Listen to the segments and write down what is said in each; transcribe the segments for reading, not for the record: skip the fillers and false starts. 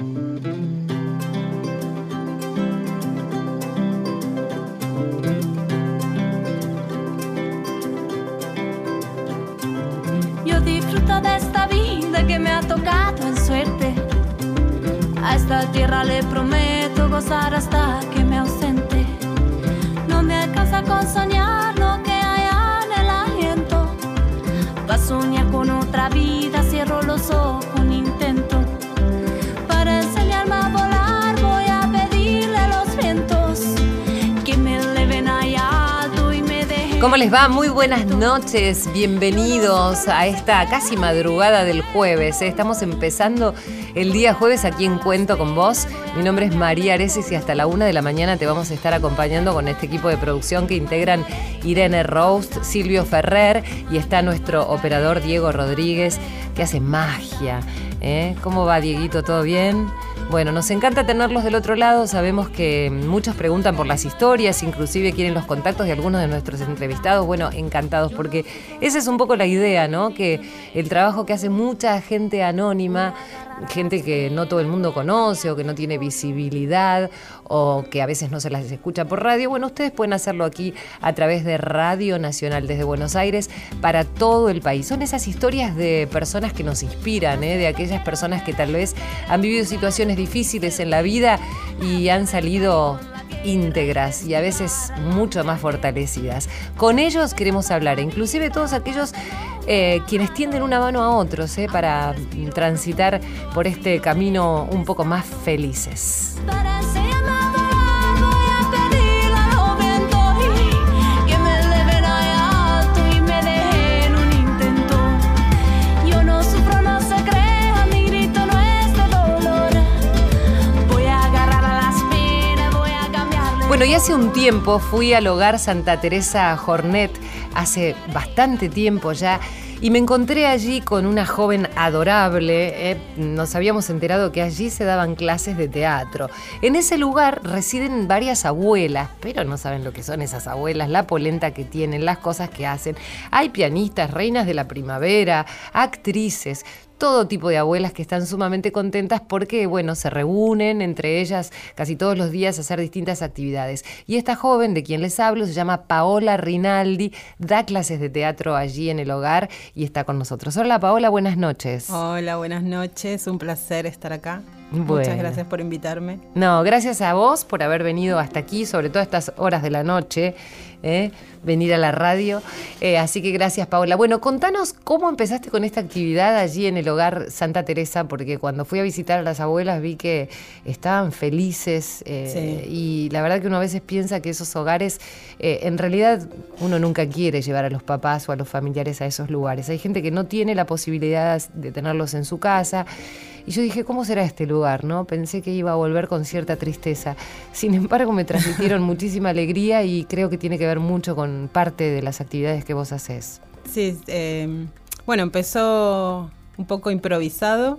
Yo disfruto de esta vida que me ha tocado en suerte. A esta tierra le prometo gozar hasta que me ausente. No me alcanza con soñar lo que hay en el aliento. Va a soñar con otra vida, cierro los ojos, un intento. Para enseñarme a volar voy a pedirle a los vientos que me eleven allá alto y me dejen. ¿Cómo les va? Muy buenas noches, bienvenidos a esta casi madrugada del jueves. Estamos empezando el día jueves aquí en Cuento con Vos. Mi nombre es María Areces y hasta la 1 de la mañana te vamos a estar acompañando con este equipo de producción que integran Irene Roust, Silvio Ferrer y está nuestro operador Diego Rodríguez que hace magia. ¿Cómo va, Dieguito? ¿Todo bien? Bueno, nos encanta tenerlos del otro lado. Sabemos que muchos preguntan por las historias, inclusive quieren los contactos de algunos de nuestros entrevistados. Bueno, encantados, porque esa es un poco la idea, ¿no? Que el trabajo que hace mucha gente anónima, gente que no todo el mundo conoce o que no tiene visibilidad o que a veces no se las escucha por radio, bueno, ustedes pueden hacerlo aquí a través de Radio Nacional desde Buenos Aires para todo el país. Son esas historias de personas que nos inspiran, de aquellas personas que tal vez han vivido situaciones difíciles en la vida y han salido íntegras y a veces mucho más fortalecidas. Con ellos queremos hablar, inclusive todos aquellos quienes tienden una mano a otros para transitar por este camino un poco más felices. Bueno, y hace un tiempo fui al hogar Santa Teresa Jornet, hace bastante tiempo ya, y me encontré allí con una joven adorable. Nos habíamos enterado que allí se daban clases de teatro. En ese lugar residen varias abuelas, pero no saben lo que son esas abuelas, la polenta que tienen, las cosas que hacen. Hay pianistas, reinas de la primavera, actrices, todo tipo de abuelas que están sumamente contentas porque, bueno, se reúnen entre ellas casi todos los días a hacer distintas actividades. Y esta joven de quien les hablo se llama Paola Rinaldi, da clases de teatro allí en el hogar y está con nosotros. Hola Paola, buenas noches. Hola, buenas noches, un placer estar acá. Bueno. Muchas gracias por invitarme. No, gracias a vos por haber venido hasta aquí, sobre todo a estas horas de la noche, venir a la radio. Así que gracias, Paola. Bueno, contanos cómo empezaste con esta actividad allí en el hogar Santa Teresa, porque cuando fui a visitar a las abuelas vi que estaban felices sí. Y la verdad que uno a veces piensa que esos hogares, en realidad uno nunca quiere llevar a los papás o a los familiares a esos lugares. Hay gente que no tiene la posibilidad de tenerlos en su casa. Y yo dije, ¿cómo será este lugar? ¿No? Pensé que iba a volver con cierta tristeza. Sin embargo, me transmitieron muchísima alegría y creo que tiene que ver mucho con parte de las actividades que vos hacés. Sí, bueno, empezó un poco improvisado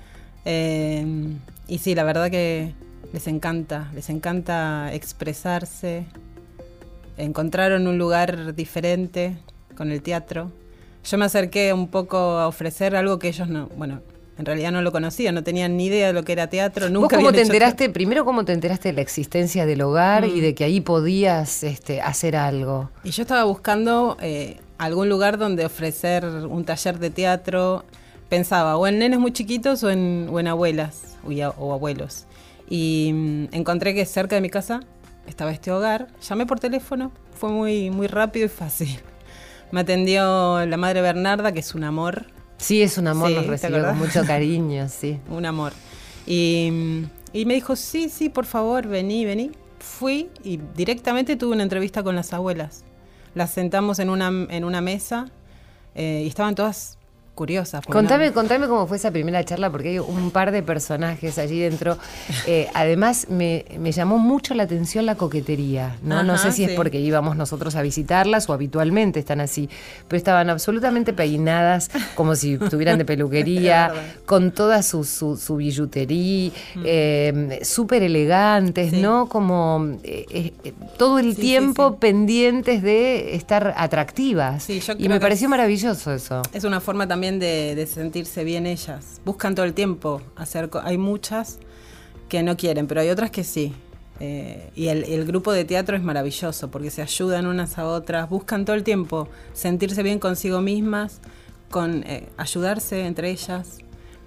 y sí, la verdad que les encanta expresarse. Encontraron un lugar diferente con el teatro. Yo me acerqué un poco a ofrecer algo que ellos no, bueno, en realidad no lo conocían, no tenían ni idea de lo que era teatro. Nunca. ¿Vos cómo te enteraste? Primero, ¿cómo te enteraste de la existencia del hogar y de que ahí podías hacer algo? Y yo estaba buscando algún lugar donde ofrecer un taller de teatro. Pensaba o en nenes muy chiquitos o en abuelas o abuelos. Y encontré que cerca de mi casa estaba este hogar. Llamé por teléfono, fue muy, muy rápido y fácil. Me atendió la madre Bernarda, que es un amor. Sí, es un amor, sí, nos recibió con mucho cariño, sí. Un amor. Y me dijo, sí, por favor, vení. Fui y directamente tuve una entrevista con las abuelas. Las sentamos en una mesa y estaban todas curiosas. Contame cómo fue esa primera charla, porque hay un par de personajes allí dentro. Además, me llamó mucho la atención la coquetería, ¿no? No sé si es porque íbamos nosotros a visitarlas o habitualmente están así, pero estaban absolutamente peinadas, como si estuvieran de peluquería, con toda su billutería, súper elegantes, sí. ¿No? Como todo el tiempo pendientes de estar atractivas. Sí, yo creo y me pareció maravilloso eso. Es una forma también también de sentirse bien ellas. Buscan todo el tiempo hacer hay muchas que no quieren, pero hay otras que sí. Y el grupo de teatro es maravilloso porque se ayudan unas a otras, buscan todo el tiempo sentirse bien consigo mismas, ayudarse entre ellas.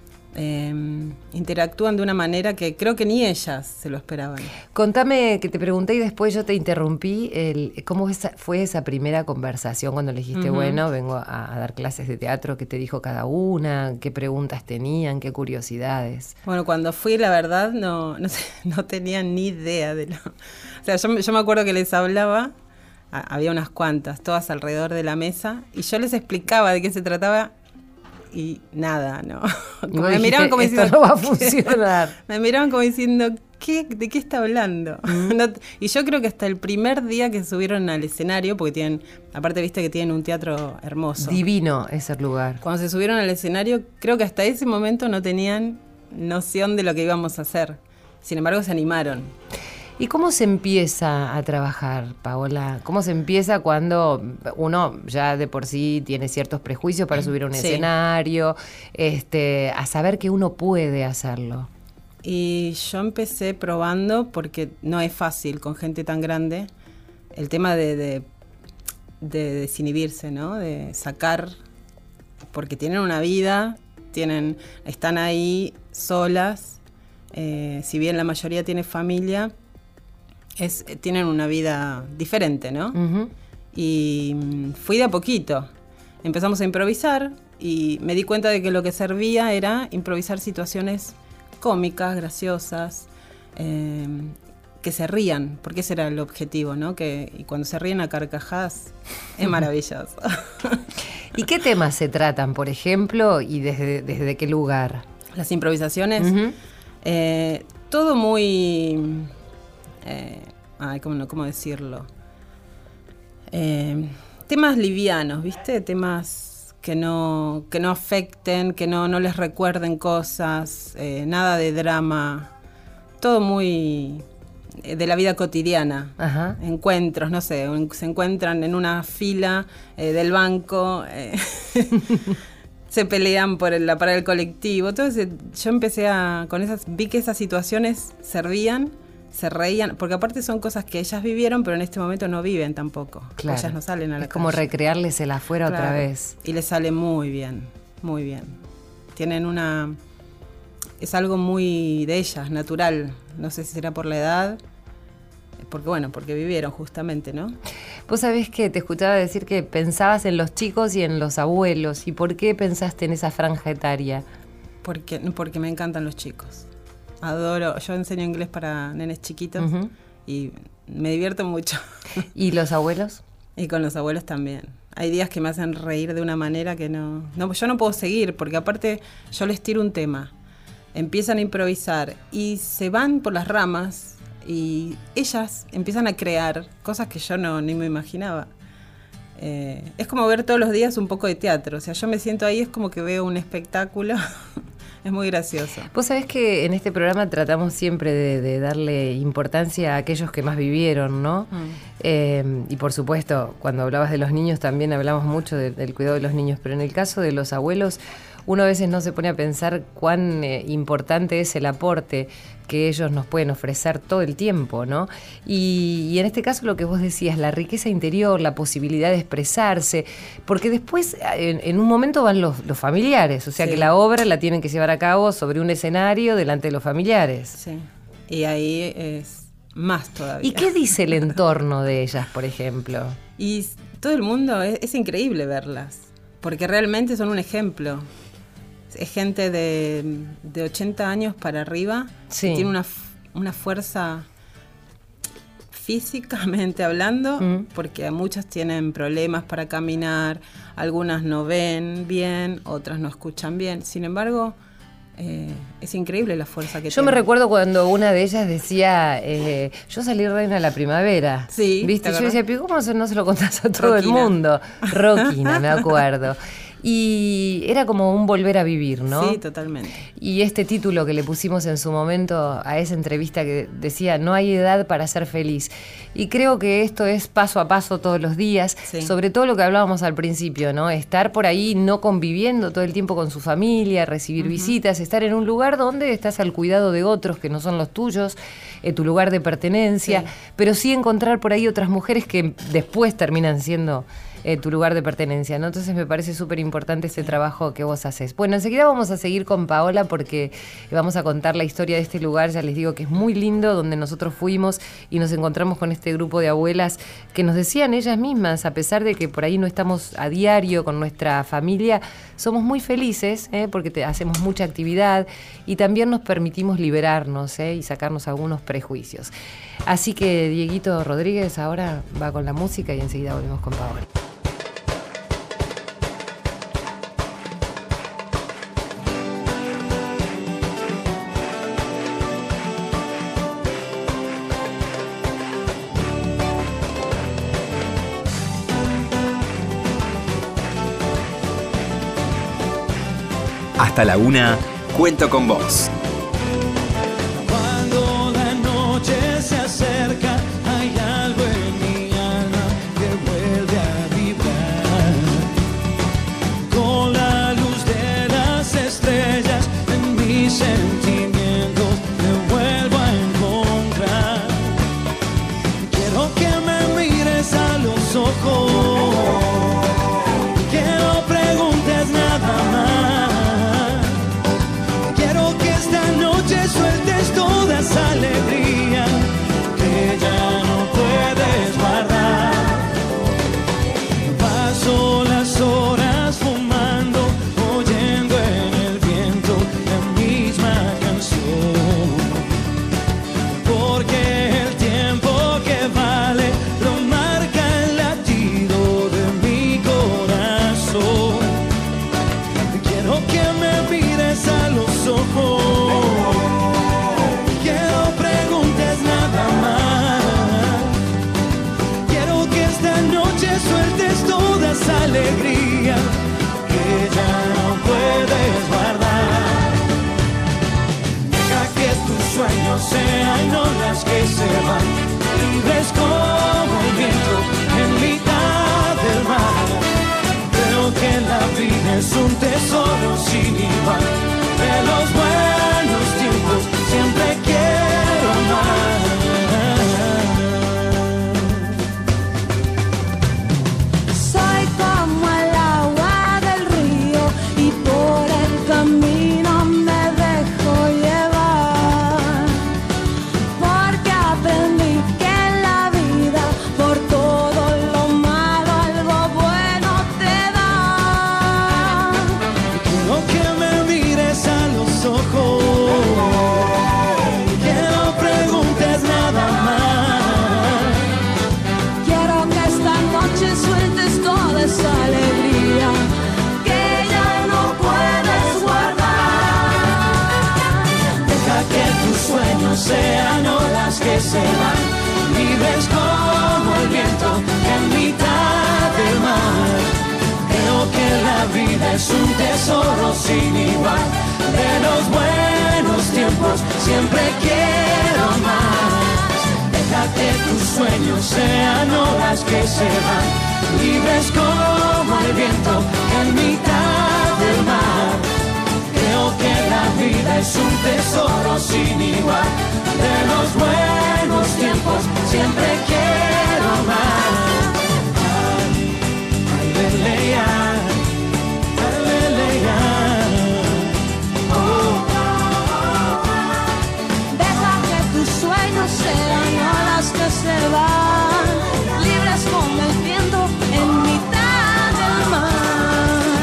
Interactúan de una manera que creo que ni ellas se lo esperaban. Contame, que te pregunté y después yo te interrumpí, ¿cómo fue esa primera conversación cuando le dijiste, bueno, vengo a dar clases de teatro? ¿Qué te dijo cada una? ¿Qué preguntas tenían? ¿Qué curiosidades? Bueno, cuando fui, la verdad, no tenían ni idea de lo... O sea, yo me acuerdo que les hablaba, había unas cuantas, todas alrededor de la mesa, y yo les explicaba de qué se trataba. Y nada, ¿no? Me miraban como diciendo, esto no va a funcionar. Me miraban como diciendo, ¿de qué está hablando? Y yo creo que hasta el primer día que subieron al escenario, porque aparte viste que tienen un teatro hermoso. Divino ese lugar. Cuando se subieron al escenario, creo que hasta ese momento no tenían noción de lo que íbamos a hacer. Sin embargo, se animaron. ¿Y cómo se empieza a trabajar, Paola? ¿Cómo se empieza cuando uno ya de por sí tiene ciertos prejuicios para subir a un escenario, a saber que uno puede hacerlo? Y yo empecé probando porque no es fácil con gente tan grande el tema de desinhibirse, ¿no? De sacar, porque tienen una vida, están ahí solas, si bien la mayoría tiene familia, tienen una vida diferente, ¿no? Uh-huh. Y fui de a poquito. Empezamos a improvisar y me di cuenta de que lo que servía era improvisar situaciones cómicas, graciosas, que se rían, porque ese era el objetivo, ¿no? Y cuando se ríen a carcajadas es maravilloso. ¿Y qué temas se tratan, por ejemplo, y desde qué lugar? Las improvisaciones, uh-huh. Todo muy... ¿cómo decirlo? Temas livianos, ¿viste? Temas que no afecten, que no les recuerden cosas, nada de drama, todo muy de la vida cotidiana. Ajá. Encuentros, no sé, se encuentran en una fila del banco, se pelean por la parada del colectivo. Entonces yo empecé vi que esas situaciones servían, se reían, porque aparte son cosas que ellas vivieron, pero en este momento no viven tampoco. Claro. Ellas no salen a la calle. Es como recrearles el afuera otra vez. Y les sale muy bien, muy bien. Tienen es algo muy de ellas, natural. No sé si será por la edad, porque vivieron justamente, ¿no? Vos sabés que te escuchaba decir que pensabas en los chicos y en los abuelos. ¿Y por qué pensaste en esa franja etaria? Porque me encantan los chicos. Adoro, yo enseño inglés para nenes chiquitos, uh-huh. Y me divierto mucho. ¿Y los abuelos? Y con los abuelos también. Hay días que me hacen reír de una manera que yo no puedo seguir, porque aparte yo les tiro un tema, empiezan a improvisar y se van por las ramas y ellas empiezan a crear cosas que yo ni me imaginaba. Es como ver todos los días un poco de teatro, o sea, yo me siento ahí, es como que veo un espectáculo. Es muy gracioso. Vos sabés que en este programa tratamos siempre de darle importancia a aquellos que más vivieron, ¿no? Y por supuesto, cuando hablabas de los niños también hablamos mucho del cuidado de los niños, pero en el caso de los abuelos, uno a veces no se pone a pensar cuán importante es el aporte que ellos nos pueden ofrecer todo el tiempo, ¿no? Y en este caso lo que vos decías, la riqueza interior, la posibilidad de expresarse, porque después en un momento van los familiares, o sea, sí, que la obra la tienen que llevar a cabo sobre un escenario delante de los familiares. Sí, y ahí es más todavía. ¿Y qué dice el entorno de ellas, por ejemplo? Y todo el mundo, es increíble verlas, porque realmente son un ejemplo. Es gente de 80 años para arriba, sí, que tiene una fuerza físicamente hablando, porque muchas tienen problemas para caminar, algunas no ven bien, otras no escuchan bien. Sin embargo, es increíble la fuerza que tiene. Yo me recuerdo cuando una de ellas decía, yo salí reina de la primavera. Sí, ¿viste? Yo decía, pero ¿cómo no se lo contás a todo Roquina. El mundo? Roquina, me acuerdo. Y era como un volver a vivir, ¿no? Sí, totalmente. Y este título que le pusimos en su momento a esa entrevista que decía, no hay edad para ser feliz. Y creo que esto es paso a paso todos los días, Sí. sobre todo lo que hablábamos al principio, ¿no? Estar por ahí no conviviendo todo el tiempo con su familia, recibir visitas, estar en un lugar donde estás al cuidado de otros que no son los tuyos, tu lugar de pertenencia, Sí. pero sí encontrar por ahí otras mujeres que después terminan siendo tu lugar de pertenencia, ¿no? Entonces me parece súper importante ese trabajo que vos haces. Bueno, enseguida vamos a seguir con Paola porque vamos a contar la historia de este lugar, ya les digo que es muy lindo, donde nosotros fuimos y nos encontramos con este grupo de abuelas que nos decían ellas mismas, a pesar de que por ahí no estamos a diario con nuestra familia, somos muy felices, porque hacemos mucha actividad y también nos permitimos liberarnos y sacarnos algunos prejuicios. Así que Dieguito Rodríguez ahora va con la música y enseguida volvemos con Paola. Hasta la 1, cuento con vos. Cuando la noche se acerca, hay algo en mi alma que vuelve a vibrar. Con la luz de las estrellas en mis sentimientos me vuelvo a encontrar. Quiero que me mires a los ojos, que no preguntes nada más. Sueltes toda esa alegría que ya no puedes guardar. Paso las horas fumando, oyendo en el viento la misma canción, porque el tiempo que vale lo marca el latido de mi corazón. Quiero que me mires a los ojos, sueltes toda esa alegría que ya no puedes guardar. Deja que tus sueños sean olas que se van, libres como el viento en mitad del mar. Creo que la vida es un tesoro sin igual, de los buenos tiempos siempre quiero más. Sean olas que se van, libres como el viento en mitad del mar. Creo que la vida es un tesoro sin igual, de los buenos tiempos siempre quiero más. Deja que tus sueños sean olas que se van, libres como el viento en mitad del mar. Creo que la vida es un tesoro sin igual, de los buenos tiempos siempre quiero más. Aleluya, aleluya. Deja que tus sueños sean olas que se van, libres como el viento en mitad del mar.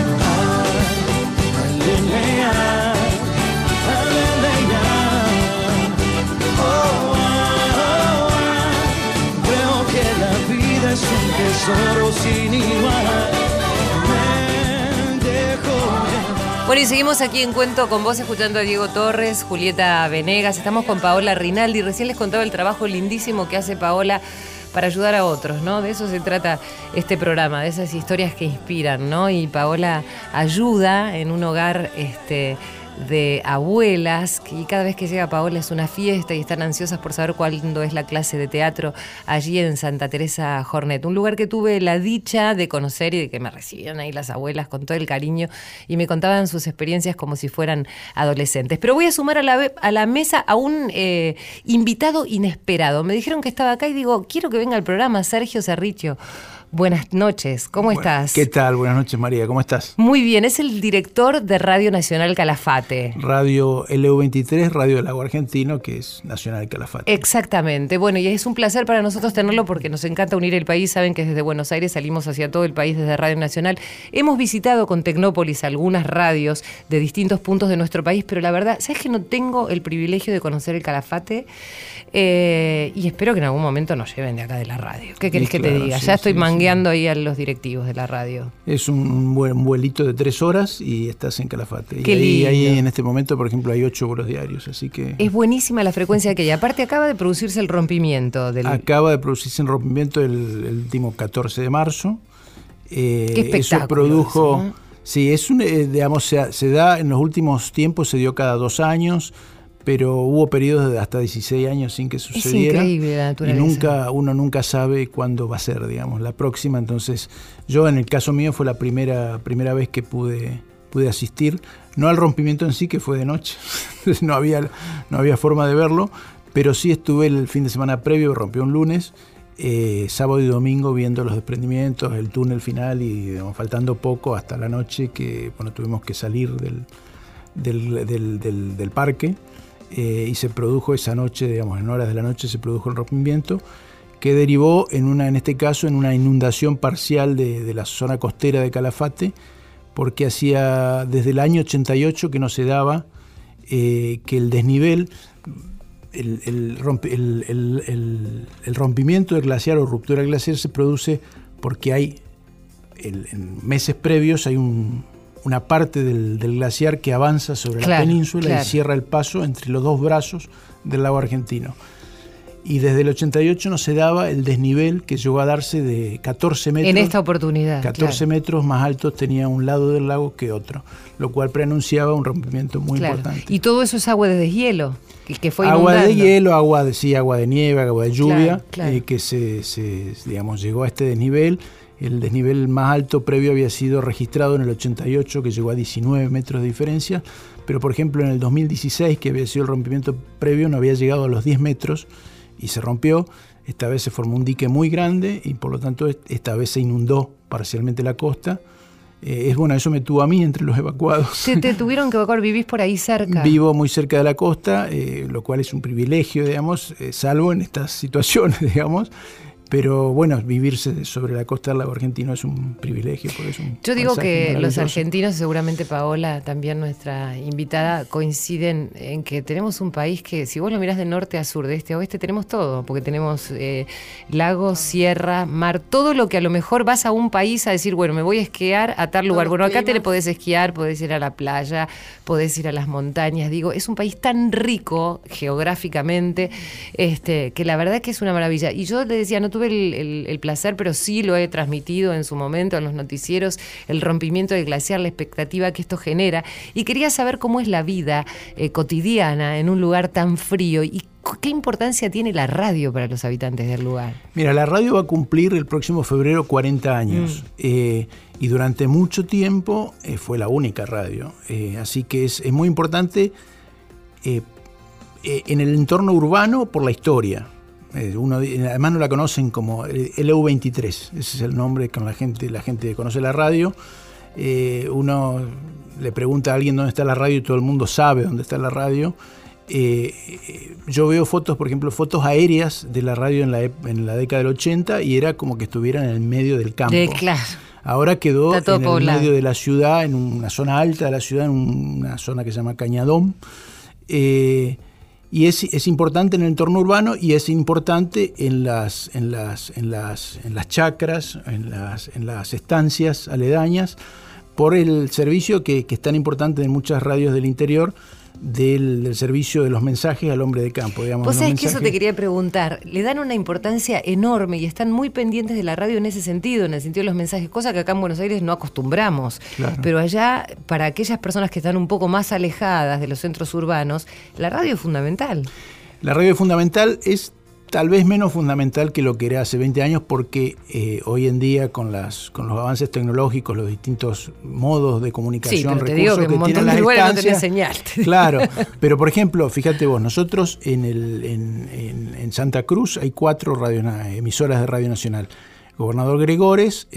Aleluya, aleluya. Creo que la vida es un tesoro sin igual. Me dejo llevar. Bueno, y seguimos aquí en Cuento con vos, escuchando a Diego Torres, Julieta Venegas. Estamos con Paola Rinaldi. Recién les contaba el trabajo lindísimo que hace Paola para ayudar a otros, ¿no? De eso se trata este programa, de esas historias que inspiran, ¿no? Y Paola ayuda en un hogar de abuelas, y cada vez que llega Paola es una fiesta y están ansiosas por saber cuándo es la clase de teatro allí en Santa Teresa Jornet, un lugar que tuve la dicha de conocer y de que me recibieron ahí las abuelas con todo el cariño y me contaban sus experiencias como si fueran adolescentes. Pero voy a sumar a la mesa a un invitado inesperado. Me dijeron que estaba acá y digo, quiero que venga al programa, Sergio Cerrichio. Buenas noches, ¿cómo estás? ¿Qué tal? Buenas noches, María, ¿cómo estás? Muy bien, es el director de Radio Nacional Calafate. Radio LU23, Radio del Lago Argentino, que es Nacional Calafate. Exactamente, bueno, y es un placer para nosotros tenerlo porque nos encanta unir el país. Saben que desde Buenos Aires salimos hacia todo el país desde Radio Nacional. Hemos visitado con Tecnópolis algunas radios de distintos puntos de nuestro país, pero la verdad, ¿sabes que no tengo el privilegio de conocer el Calafate? Y espero que en algún momento nos lleven de acá de la radio. ¿Qué querés que te diga? Sí, ya estoy mangueando sí. ahí a los directivos de la radio. Es un buen vuelito de 3 horas y estás en Calafate. Qué y ahí lindo. en este momento, por ejemplo, hay 8 vuelos diarios, así que... Es buenísima la frecuencia que hay. Aparte acaba de producirse el rompimiento del... Acaba de producirse el rompimiento el último 14 de marzo. Qué espectáculo eso produjo... eso, ¿no? Sí, es un, digamos, se da en los últimos tiempos, se dio cada 2 años, pero hubo periodos de hasta 16 años sin que sucediera. Es increíble la naturaleza. Y uno nunca sabe cuándo va a ser, digamos, la próxima. Entonces, yo en el caso mío fue la primera vez que pude asistir, no al rompimiento en sí, que fue de noche, no había forma de verlo, pero sí estuve el fin de semana previo, rompió un lunes, sábado y domingo viendo los desprendimientos, el túnel final y digamos, faltando poco hasta la noche que bueno, tuvimos que salir del parque. Y se produjo esa noche, digamos, en horas de la noche se produjo el rompimiento que derivó en este caso en una inundación parcial de la zona costera de Calafate, porque hacía desde el año 88 que no se daba que el desnivel, el rompimiento del glaciar o ruptura del glaciar se produce porque hay en meses previos hay una parte del glaciar que avanza sobre la península y cierra el paso entre los dos brazos del lago argentino. Y desde el 88 no se daba el desnivel que llegó a darse de 14 metros. En esta oportunidad. 14 metros más altos tenía un lado del lago que otro, lo cual preanunciaba un rompimiento muy importante. Y todo eso es agua de deshielo, que fue inundando. Agua de hielo, agua de nieve, agua de lluvia, claro. Que digamos, llegó a este desnivel. El desnivel más alto previo había sido registrado en el 88, que llegó a 19 metros de diferencia, pero por ejemplo en el 2016, que había sido el rompimiento previo, no había llegado a los 10 metros y se rompió. Esta vez se formó un dique muy grande y por lo tanto esta vez se inundó parcialmente la costa. Eso me tuvo a mí entre los evacuados. Te tuvieron que evacuar, vivís por ahí cerca. Vivo muy cerca de la costa, lo cual es un privilegio, digamos, salvo en estas situaciones, digamos. Pero bueno, vivirse sobre la costa del lago argentino es un privilegio. Por eso yo digo que los argentinos, seguramente Paola, también nuestra invitada, coinciden en que tenemos un país que, si vos lo mirás de norte a sur, de este a oeste, tenemos todo. Porque tenemos lagos, sierra, mar, todo lo que a lo mejor vas a un país a decir, bueno, me voy a esquiar a tal lugar. Bueno, acá te podés esquiar, podés ir a la playa, podés ir a las montañas. Digo, es un país tan rico geográficamente que la verdad que es una maravilla. Y yo le decía, no tuve el placer, pero sí lo he transmitido en su momento en los noticieros, el rompimiento del glaciar, la expectativa que esto genera. Y quería saber cómo es la vida cotidiana en un lugar tan frío y qué importancia tiene la radio para los habitantes del lugar. Mira, la radio va a cumplir el próximo febrero 40 años. Y durante mucho tiempo fue la única radio. Así que es muy importante en el entorno urbano por la historia. Además no la conocen como LU23, ese es el nombre con la gente conoce la radio. Uno le pregunta a alguien dónde está la radio y todo el mundo sabe dónde está la radio. Yo veo fotos, por ejemplo, fotos aéreas de la radio en la década del 80 y era como que estuviera en el medio del campo. Claro. Ahora quedó en poblado. el medio de la ciudad, en una zona alta de la ciudad, en una zona que se llama Cañadón. Y es importante en el entorno urbano y es importante en las chacras, en las estancias aledañas, por el servicio que es tan importante en muchas radios del interior del servicio de los mensajes al hombre de campo, digamos. Vos sabés que mensajes. eso te quería preguntar. Le dan una importancia enorme y están muy pendientes de la radio en ese sentido, en el sentido de los mensajes, cosa que acá en Buenos Aires no acostumbramos. Claro. Pero allá, para aquellas personas que están un poco más alejadas de los centros urbanos, la radio es fundamental. La radio es fundamental, es tal vez menos fundamental que lo que era hace 20 años porque hoy en día con los avances tecnológicos, los distintos modos de comunicación, Sí, pero te recursos digo que en un tienen montón las de lugares no estancias, tenés señal. Claro, pero por ejemplo, fíjate vos, nosotros en Santa Cruz hay 4 emisoras de Radio Nacional. Gobernador Gregores,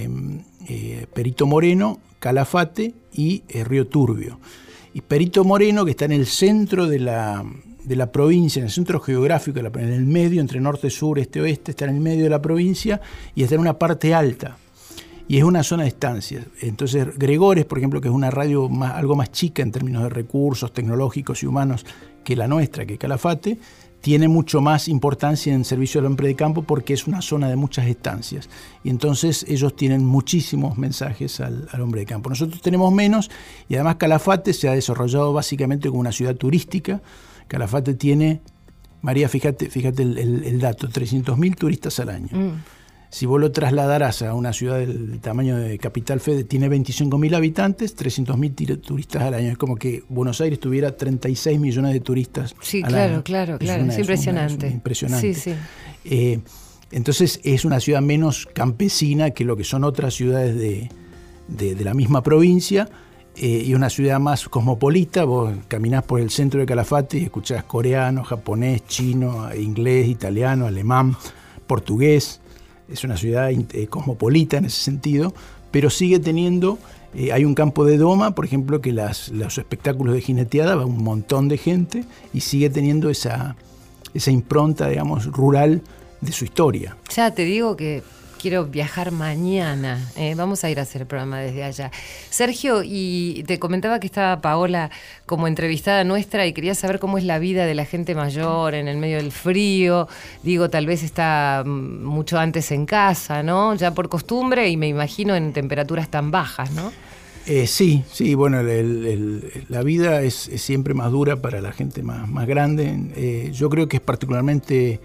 Perito Moreno, Calafate y Río Turbio. Y Perito Moreno, que está en el centro de la provincia, en el centro geográfico, en el medio, entre norte, sur, este, oeste, está en el medio de la provincia y está en una parte alta. Y es una zona de estancias. Entonces, Gregores, por ejemplo, que es una radio algo más chica en términos de recursos tecnológicos y humanos que la nuestra, que Calafate, tiene mucho más importancia en servicio al hombre de campo porque es una zona de muchas estancias. Y entonces ellos tienen muchísimos mensajes al hombre de campo. Nosotros tenemos menos y además Calafate se ha desarrollado básicamente como una ciudad turística. Calafate tiene, María, fíjate el dato, 300.000 turistas al año. Si vos lo trasladarás a una ciudad del tamaño de Capital Federal, tiene 25.000 habitantes, 300.000 turistas al año. Es como que Buenos Aires tuviera 36 millones de turistas al año. Claro, es impresionante. Es impresionante. Sí. Entonces es una ciudad menos campesina que lo que son otras ciudades de la misma provincia. Y una ciudad más cosmopolita. Vos caminás por el centro de Calafate y escuchás coreano, japonés, chino, inglés, italiano, alemán, portugués. Es una ciudad cosmopolita en ese sentido, pero sigue teniendo, hay un campo de doma, por ejemplo, que los espectáculos de jineteada va un montón de gente y sigue teniendo esa impronta, digamos, rural de su historia. Ya te digo que quiero viajar mañana. Vamos a ir a hacer el programa desde allá. Sergio, y te comentaba que estaba Paola como entrevistada nuestra y quería saber cómo es la vida de la gente mayor en el medio del frío. Digo, tal vez está mucho antes en casa, ¿no? Ya por costumbre y me imagino en temperaturas tan bajas, ¿no? Sí, bueno, la vida es siempre más dura para la gente más grande. Yo creo que es particularmente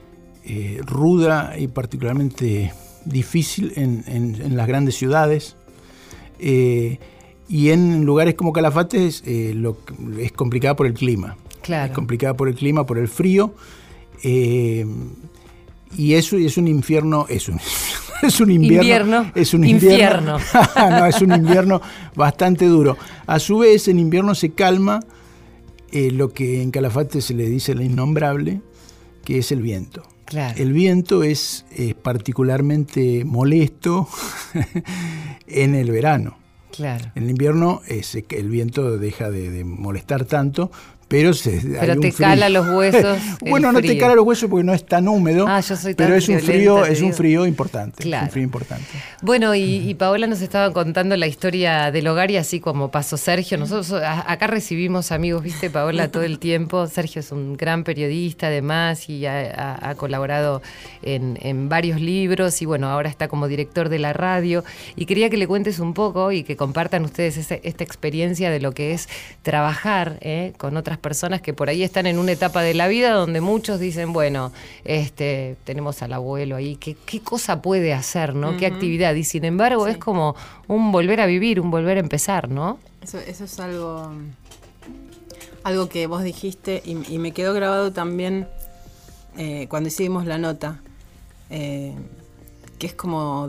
ruda y particularmente difícil en las grandes ciudades y en lugares como Calafate es complicada por el clima. Claro. Es complicada por el clima, por el frío y eso es un infierno. Es un invierno. Es un invierno. No, es un invierno bastante duro. A su vez, en invierno se calma lo que en Calafate se le dice la innombrable, que es el viento. Claro. El viento es particularmente molesto en el verano. Claro. En el invierno el viento deja de molestar tanto, pero te cala los huesos. Bueno, no te cala los huesos porque no es tan húmedo, yo soy tan pero es un frío violenta, importante. Claro. Es un frío importante. Bueno, y Paola nos estaba contando la historia del hogar y así como pasó Sergio. Nosotros acá recibimos amigos, ¿viste, Paola? Todo el tiempo. Sergio es un gran periodista además y ha colaborado en varios libros y bueno, ahora está como director de la radio. Y quería que le cuentes un poco y que compartan ustedes esta experiencia de lo que es trabajar con otras personas que por ahí están en una etapa de la vida donde muchos dicen, bueno, tenemos al abuelo ahí, ¿qué cosa puede hacer, ¿no? ¿Qué actividad? Y sin embargo es como un volver a vivir, un volver a empezar, ¿no? Eso es algo que vos dijiste y me quedó grabado también cuando hicimos la nota, que es como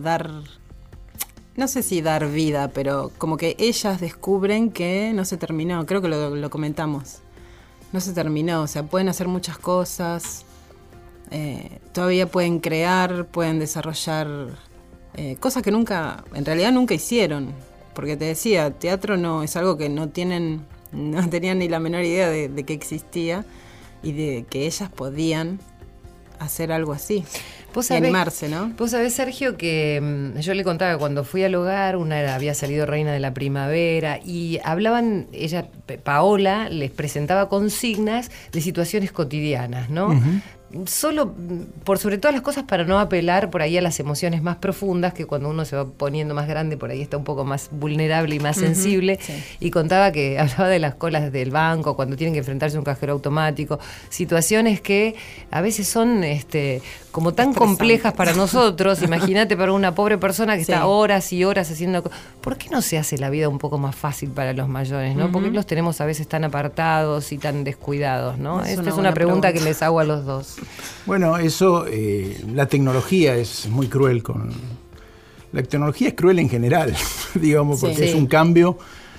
no sé si dar vida, pero como que ellas descubren que no se terminó, creo que lo comentamos. No se terminó, o sea, pueden hacer muchas cosas, todavía pueden crear, pueden desarrollar cosas que en realidad nunca hicieron, porque te decía, teatro no es algo que no tenían ni la menor idea de que existía y de que ellas podían hacer algo así. Y animarse, ¿no? Vos sabés, Sergio, que yo le contaba que cuando fui al hogar, una había salido reina de la primavera y hablaban, Paola les presentaba consignas de situaciones cotidianas, ¿no? Uh-huh. solo, por sobre todas las cosas, para no apelar por ahí a las emociones más profundas, que cuando uno se va poniendo más grande, por ahí está un poco más vulnerable y más sensible. Sí. Y contaba que hablaba de las colas del banco, cuando tienen que enfrentarse a un cajero automático, situaciones que a veces son como tan complejas para nosotros. Imagínate para una pobre persona que está horas y horas haciendo... ¿Por qué no se hace la vida un poco más fácil para los mayores, no? ¿Por qué los tenemos a veces tan apartados y tan descuidados, no? Esta es una pregunta que les hago a los dos. Bueno, eso, la tecnología es muy cruel la tecnología es cruel en general, digamos, porque es un cambio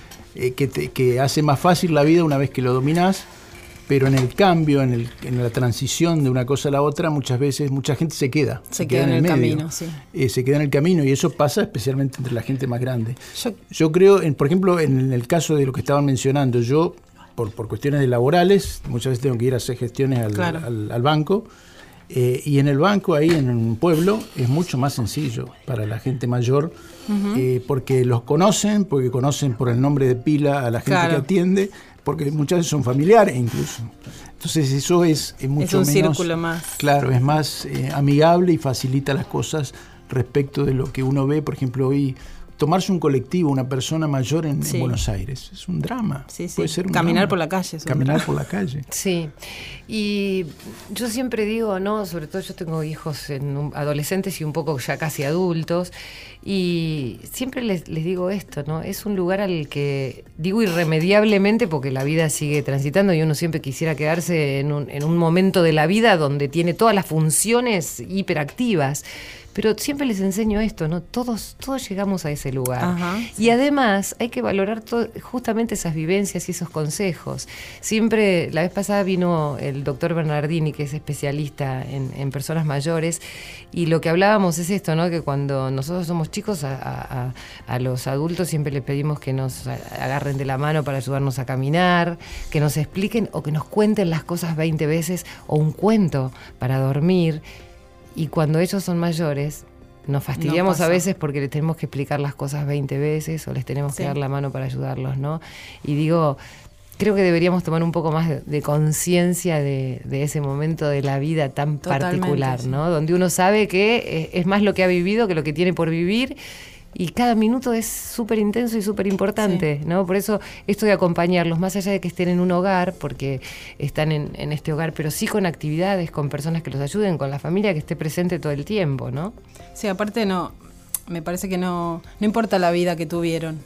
que hace más fácil la vida una vez que lo dominás, pero en el cambio, en la transición de una cosa a la otra, muchas veces mucha gente se queda en el camino, se queda en el camino, y eso pasa especialmente entre la gente más grande. Yo creo, por ejemplo, en el caso de lo que estaban mencionando, yo por cuestiones laborales muchas veces tengo que ir a hacer gestiones al banco, y en el banco ahí en un pueblo es mucho más sencillo para la gente mayor, porque los conocen, porque conocen por el nombre de pila a la gente que atiende, porque muchas veces son familiares incluso. Entonces eso es mucho menos... Es un círculo más. Claro, es más amigable y facilita las cosas respecto de lo que uno ve, por ejemplo, hoy... Tomarse un colectivo, una persona mayor en Buenos Aires, es un drama. Puede ser un Caminar drama. Por la calle. Caminar por la calle. Sí. Y yo siempre digo, ¿no? Sobre todo yo tengo hijos adolescentes y un poco ya casi adultos, y siempre les digo esto, ¿no? Es un lugar al que, digo irremediablemente, porque la vida sigue transitando y uno siempre quisiera quedarse en un momento de la vida donde tiene todas las funciones hiperactivas. Pero siempre les enseño esto, ¿no? Todos llegamos a ese lugar. Y además hay que valorar justamente esas vivencias y esos consejos. Siempre, la vez pasada vino el doctor Bernardini, que es especialista en personas mayores, y lo que hablábamos es esto, ¿no? Que cuando nosotros somos chicos, a los adultos siempre les pedimos que nos agarren de la mano para ayudarnos a caminar, que nos expliquen o que nos cuenten las cosas 20 veces, o un cuento para dormir. Y cuando ellos son mayores, nos fastidiamos a veces porque les tenemos que explicar las cosas 20 veces o les tenemos que dar la mano para ayudarlos, ¿no? Y digo, creo que deberíamos tomar un poco más de conciencia de ese momento de la vida tan particular, ¿no? Donde uno sabe que es más lo que ha vivido que lo que tiene por vivir. Y cada minuto es súper intenso y súper importante, ¿no? Por eso esto de acompañarlos, más allá de que estén en un hogar, porque están en este hogar, pero sí con actividades, con personas que los ayuden, con la familia que esté presente todo el tiempo, ¿no? Sí, aparte me parece que no importa la vida que tuvieron,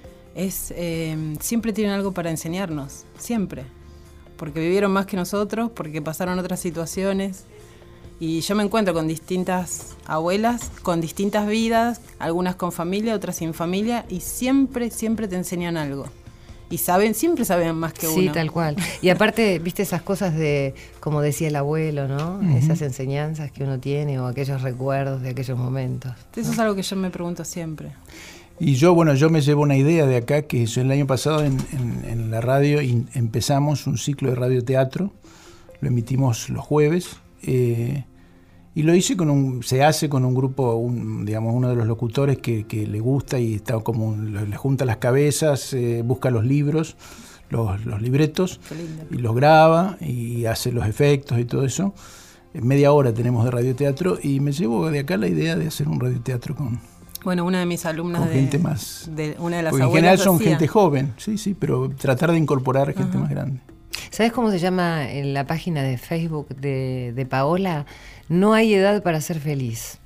siempre tienen algo para enseñarnos, siempre. Porque vivieron más que nosotros, porque pasaron otras situaciones. Y yo me encuentro con distintas abuelas, con distintas vidas, algunas con familia, otras sin familia, y siempre te enseñan algo. Y siempre saben más que uno. Sí, tal cual. Y aparte, viste esas cosas de, como decía el abuelo, ¿no? Esas enseñanzas que uno tiene o aquellos recuerdos de aquellos momentos. Eso es algo que yo me pregunto siempre. Y yo me llevo una idea de acá, que el año pasado en la radio empezamos un ciclo de radioteatro, lo emitimos los jueves, y lo hice se hace con un grupo, uno de los locutores que le gusta y está como le junta las cabezas, busca los libros, los libretos, y los graba y hace los efectos y todo eso. En media hora tenemos de radioteatro, y me llevo de acá la idea de hacer un radioteatro con una de mis alumnas gente más, de una de las porque abuelas, en general son gente joven, sí, pero tratar de incorporar gente más grande. ¿Sabes cómo se llama en la página de Facebook de Paola? No hay edad para ser feliz.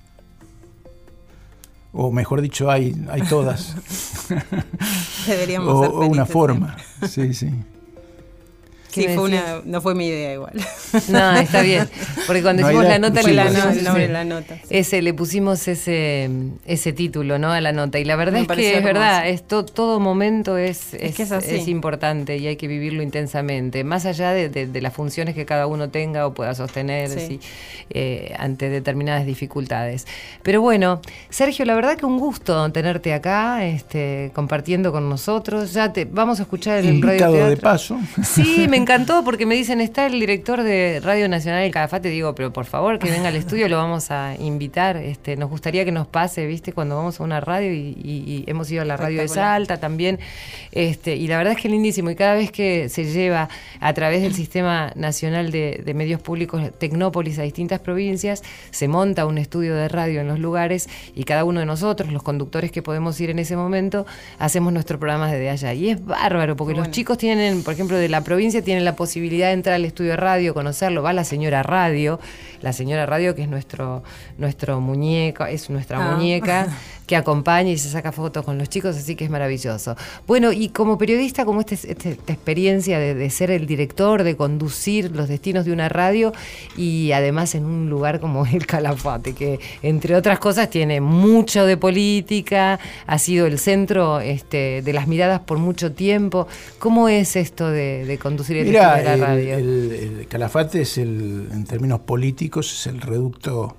O mejor dicho, hay todas. Deberíamos ser felices, una forma. Sí. Sí, no fue mi idea igual. No, está bien. Porque cuando hicimos la nota, le pusimos ese título, ¿no? A la nota. Y la verdad es que es verdad, todo momento es importante y hay que vivirlo intensamente. Más allá de las funciones que cada uno tenga o pueda sostener ante determinadas dificultades. Pero bueno, Sergio, la verdad que un gusto tenerte acá, compartiendo con nosotros. Ya vamos a escuchar el invitado radioteatro. De paso. Sí, me encantó porque me dicen, está el director de Radio Nacional del Calafate. Digo, pero por favor, que venga al estudio, lo vamos a invitar. Nos gustaría que nos pase, ¿viste? Cuando vamos a una radio y hemos ido a la radio de Salta también. Y la verdad es que es lindísimo. Y cada vez que se lleva a través del Sistema Nacional de Medios Públicos Tecnópolis a distintas provincias, se monta un estudio de radio en los lugares y cada uno de nosotros, los conductores que podemos ir en ese momento, hacemos nuestro programa desde allá. Y es bárbaro, porque los chicos tienen, por ejemplo, de la provincia, tienen la posibilidad de entrar al estudio de radio, conocerlo. Va la señora radio que es nuestro muñeco, es nuestra muñeca que acompaña y se saca fotos con los chicos, así que es maravilloso. Bueno, y como periodista, como esta experiencia de ser el director, de conducir los destinos de una radio, y además en un lugar como el Calafate, que entre otras cosas tiene mucho de política, ha sido el centro de las miradas por mucho tiempo. ¿Cómo es esto de conducir el destino de la radio? El Calafate es en términos políticos, es el reducto,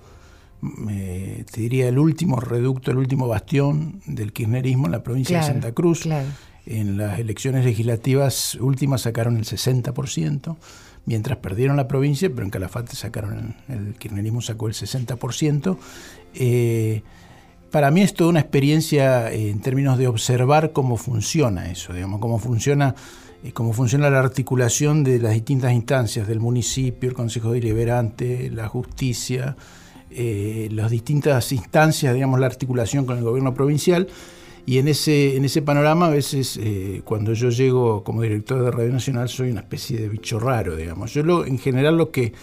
te diría el último reducto, el último bastión del kirchnerismo en la provincia de Santa Cruz. Claro. En las elecciones legislativas últimas sacaron el 60%, mientras perdieron la provincia, pero en Calafate el kirchnerismo sacó el 60%. Para mí es toda una experiencia en términos de observar cómo funciona eso, digamos, cómo funciona la articulación de las distintas instancias del municipio, el Consejo Deliberante, la justicia, las distintas instancias, digamos, la articulación con el gobierno provincial. Y en ese panorama, a veces, cuando yo llego como director de Radio Nacional, soy una especie de bicho raro, digamos. Yo en general lo que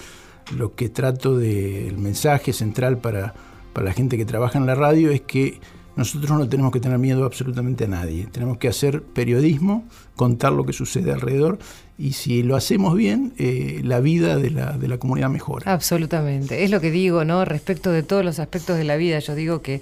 trato el mensaje central para la gente que trabaja en la radio es que nosotros no tenemos que tener miedo absolutamente a nadie. Tenemos que hacer periodismo, contar lo que sucede alrededor, y si lo hacemos bien, la vida de la comunidad mejora. Absolutamente. Es lo que digo, ¿no? Respecto de todos los aspectos de la vida, yo digo que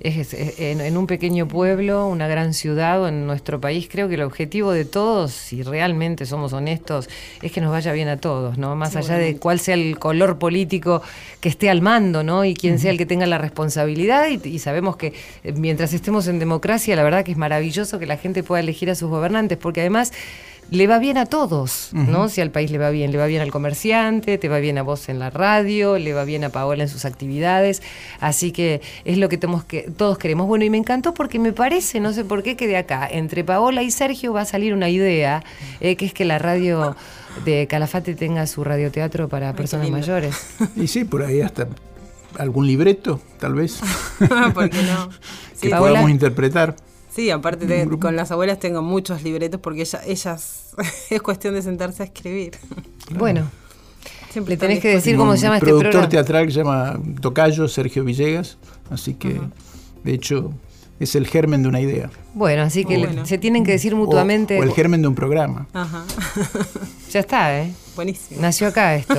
en un pequeño pueblo, una gran ciudad o en nuestro país, creo que el objetivo de todos, si realmente somos honestos, es que nos vaya bien a todos, ¿no? Más allá de cuál sea el color político que esté al mando, ¿no? Y quién sea el que tenga la responsabilidad, y sabemos que mientras estemos en democracia, la verdad que es maravilloso que la gente pueda elegir a sus gobernantes, porque además le va bien a todos, ¿no? Si al país le va bien al comerciante, te va bien a vos en la radio, le va bien a Paola en sus actividades, así que es lo que todos queremos. Bueno, y me encantó porque me parece, no sé por qué, que de acá, entre Paola y Sergio va a salir una idea, que es que la radio de Calafate tenga su radioteatro para personas mayores. Y sí, por ahí hasta algún libreto, tal vez. ¿Por qué no? Sí, que podamos interpretar. Sí, aparte con las abuelas tengo muchos libretos porque ellas es cuestión de sentarse a escribir. Claro. Bueno, le tenés que decir cómo se llama este programa. Productor teatral que se llama Tocayo, Sergio Villegas, así que de hecho es el germen de una idea. Bueno, así que se tienen que decir mutuamente. O el germen de un programa. Ajá. Ya está, Buenísimo. Nació acá esto,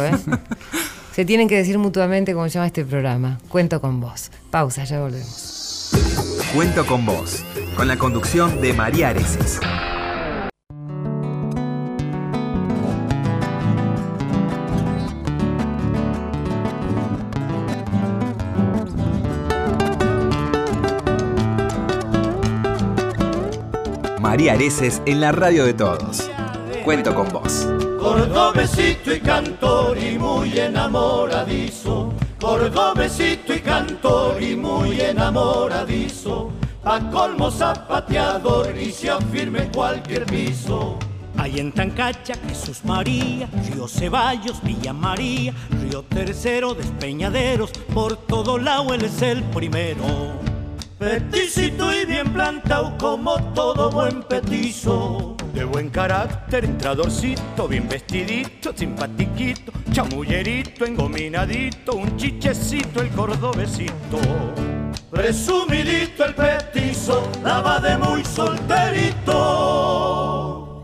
Se tienen que decir mutuamente cómo se llama este programa. Cuento con vos. Pausa, ya volvemos. Cuento con vos, con la conducción de María Areces. María Areces en la radio de todos. Cuento con vos. Cordobesito y cantor y muy enamoradizo. Cordobesito y cantor y muy enamoradizo. Pa' colmo zapateador y se afirme en cualquier piso. Hay en Tancacha, Jesús María, Río Ceballos, Villa María, Río Tercero, Despeñaderos, por todo lado él es el primero. Peticito y bien plantado como todo buen petizo. De buen carácter, entradorcito, bien vestidito, simpatiquito, chamullerito, engominadito, un chichecito el cordobesito. Presumidito el petizo, la va de muy solterito.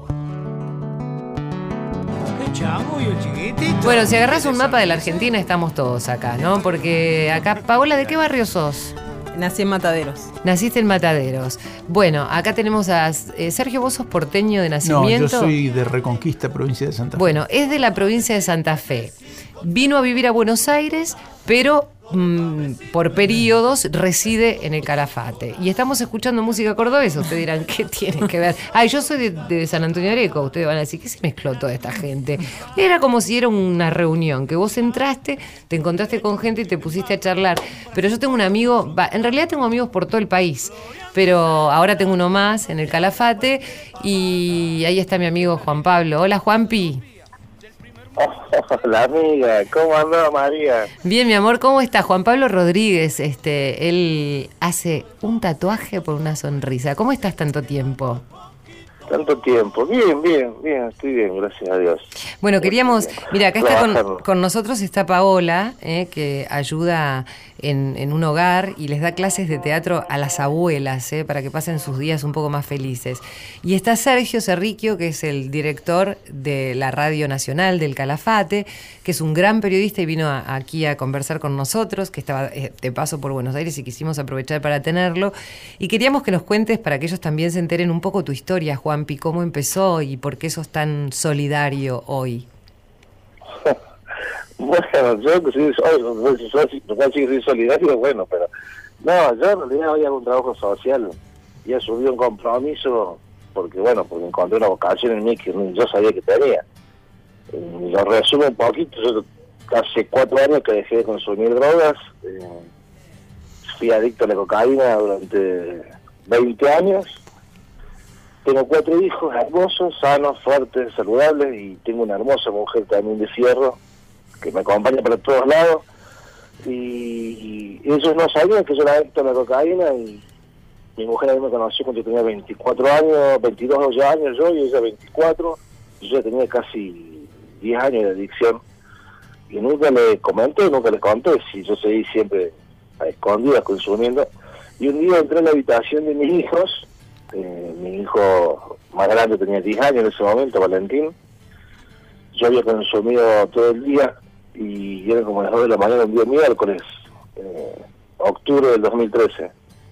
Qué chamuyo chiquitito. Bueno, si agarras un mapa de la Argentina estamos todos acá, ¿no? Porque acá, Paola, ¿de qué barrio sos? Nací en Mataderos. Naciste en Mataderos. Bueno, acá tenemos a Sergio, ¿vos sos porteño de nacimiento? No, yo soy de Reconquista, provincia de Santa Fe. Bueno, es de la provincia de Santa Fe. Vino a vivir a Buenos Aires, pero por periodos reside en el Calafate. Y estamos escuchando música cordobesa. Ustedes dirán, ¿qué tiene que ver? Yo soy de San Antonio de Areco. Ustedes van a decir, ¿qué se mezcló toda esta gente? Era como si era una reunión, que vos entraste, te encontraste con gente y te pusiste a charlar. Pero yo tengo un amigo, en realidad tengo amigos por todo el país, pero ahora tengo uno más en el Calafate y ahí está mi amigo Juan Pablo. Hola, Juanpi. Hola amiga, ¿cómo andás, María? Bien, mi amor, ¿cómo está? Juan Pablo Rodríguez, él hace un tatuaje por una sonrisa. ¿Cómo estás tanto tiempo? Tanto tiempo, bien, estoy bien, gracias a Dios. Bueno, queríamos, mira, acá está con nosotros está Paola, que ayuda en un hogar y les da clases de teatro a las abuelas, para que pasen sus días un poco más felices. Y está Sergio Cerriquio, que es el director de la Radio Nacional del Calafate, que es un gran periodista y vino aquí a conversar con nosotros, que estaba de paso por Buenos Aires y quisimos aprovechar para tenerlo. Y queríamos que nos cuentes, para que ellos también se enteren un poco tu historia, Juanpi, cómo empezó y por qué sos tan solidario hoy. Bueno, yo que soy solidario, bueno, pero no, yo en realidad hoy hago un trabajo social y asumí un compromiso porque encontré una vocación en mí que yo sabía que tenía. Lo resumo un poquito. Yo hace 4 años que dejé de consumir drogas, fui adicto a la cocaína durante 20 años. Tengo 4 hijos hermosos, sanos, fuertes, saludables, y tengo una hermosa mujer también de fierro que me acompaña para todos lados. Y ellos no sabían que yo era adicto a la cocaína, y mi mujer a mí me conoció cuando tenía 24 años, 22 años yo, y ella 24, y yo tenía casi 10 años de adicción. Y nunca le comenté, nunca le conté, si yo seguí siempre a escondidas consumiendo. Y un día entré en la habitación de mis hijos. Mi hijo más grande tenía 10 años en ese momento, Valentín. Yo había consumido todo el día y eran como las 2 de la mañana un día miércoles, octubre del 2013.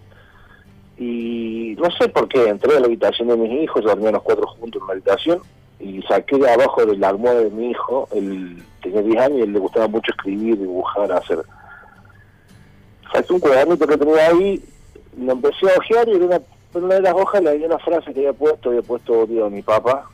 Y no sé por qué, entré a la habitación de mis hijos, dormían los 4 juntos en una habitación, y saqué de abajo de la almohada de mi hijo, él tenía 10 años y él le gustaba mucho escribir, dibujar, hacer. Saqué un cuadernito que tenía ahí, lo empecé a hojear y en una de las hojas le había una frase que había puesto odio a mi papá.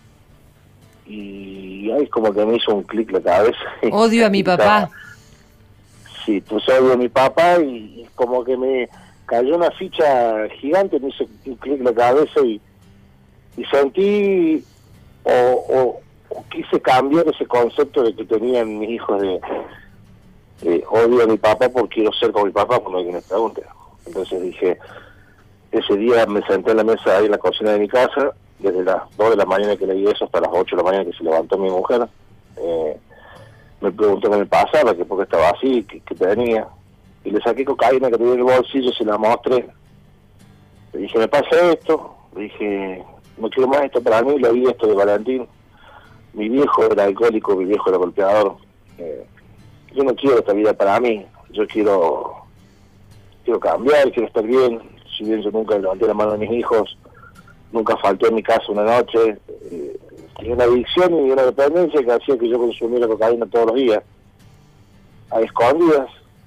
Y ahí como que me hizo un clic la cabeza. Odio a mi papá. Sí, pues odio a mi papá, y como que me cayó una ficha gigante, me hizo un clic la cabeza y sentí o quise cambiar ese concepto de que tenían mis hijos de odio a mi papá porque quiero ser como mi papá, como alguien me pregunte. Entonces dije, ese día me senté en la mesa ahí en la cocina de mi casa, desde las 2 de la mañana que leí eso hasta las 8 de la mañana que se levantó mi mujer. Me preguntó qué me pasaba, que por qué estaba así, qué tenía. Y le saqué cocaína que tenía en el bolsillo, se la mostré. Le dije, me pasa esto. Le dije, no quiero más esto para mí. Le vi esto de Valentín. Mi viejo era alcohólico, mi viejo era golpeador. Yo no quiero esta vida para mí. Yo quiero cambiar, quiero estar bien. Si bien yo nunca levanté la mano a mis hijos, nunca falté en mi casa una noche, tenía una adicción y una dependencia que hacía que yo consumiera cocaína todos los días, a escondidas.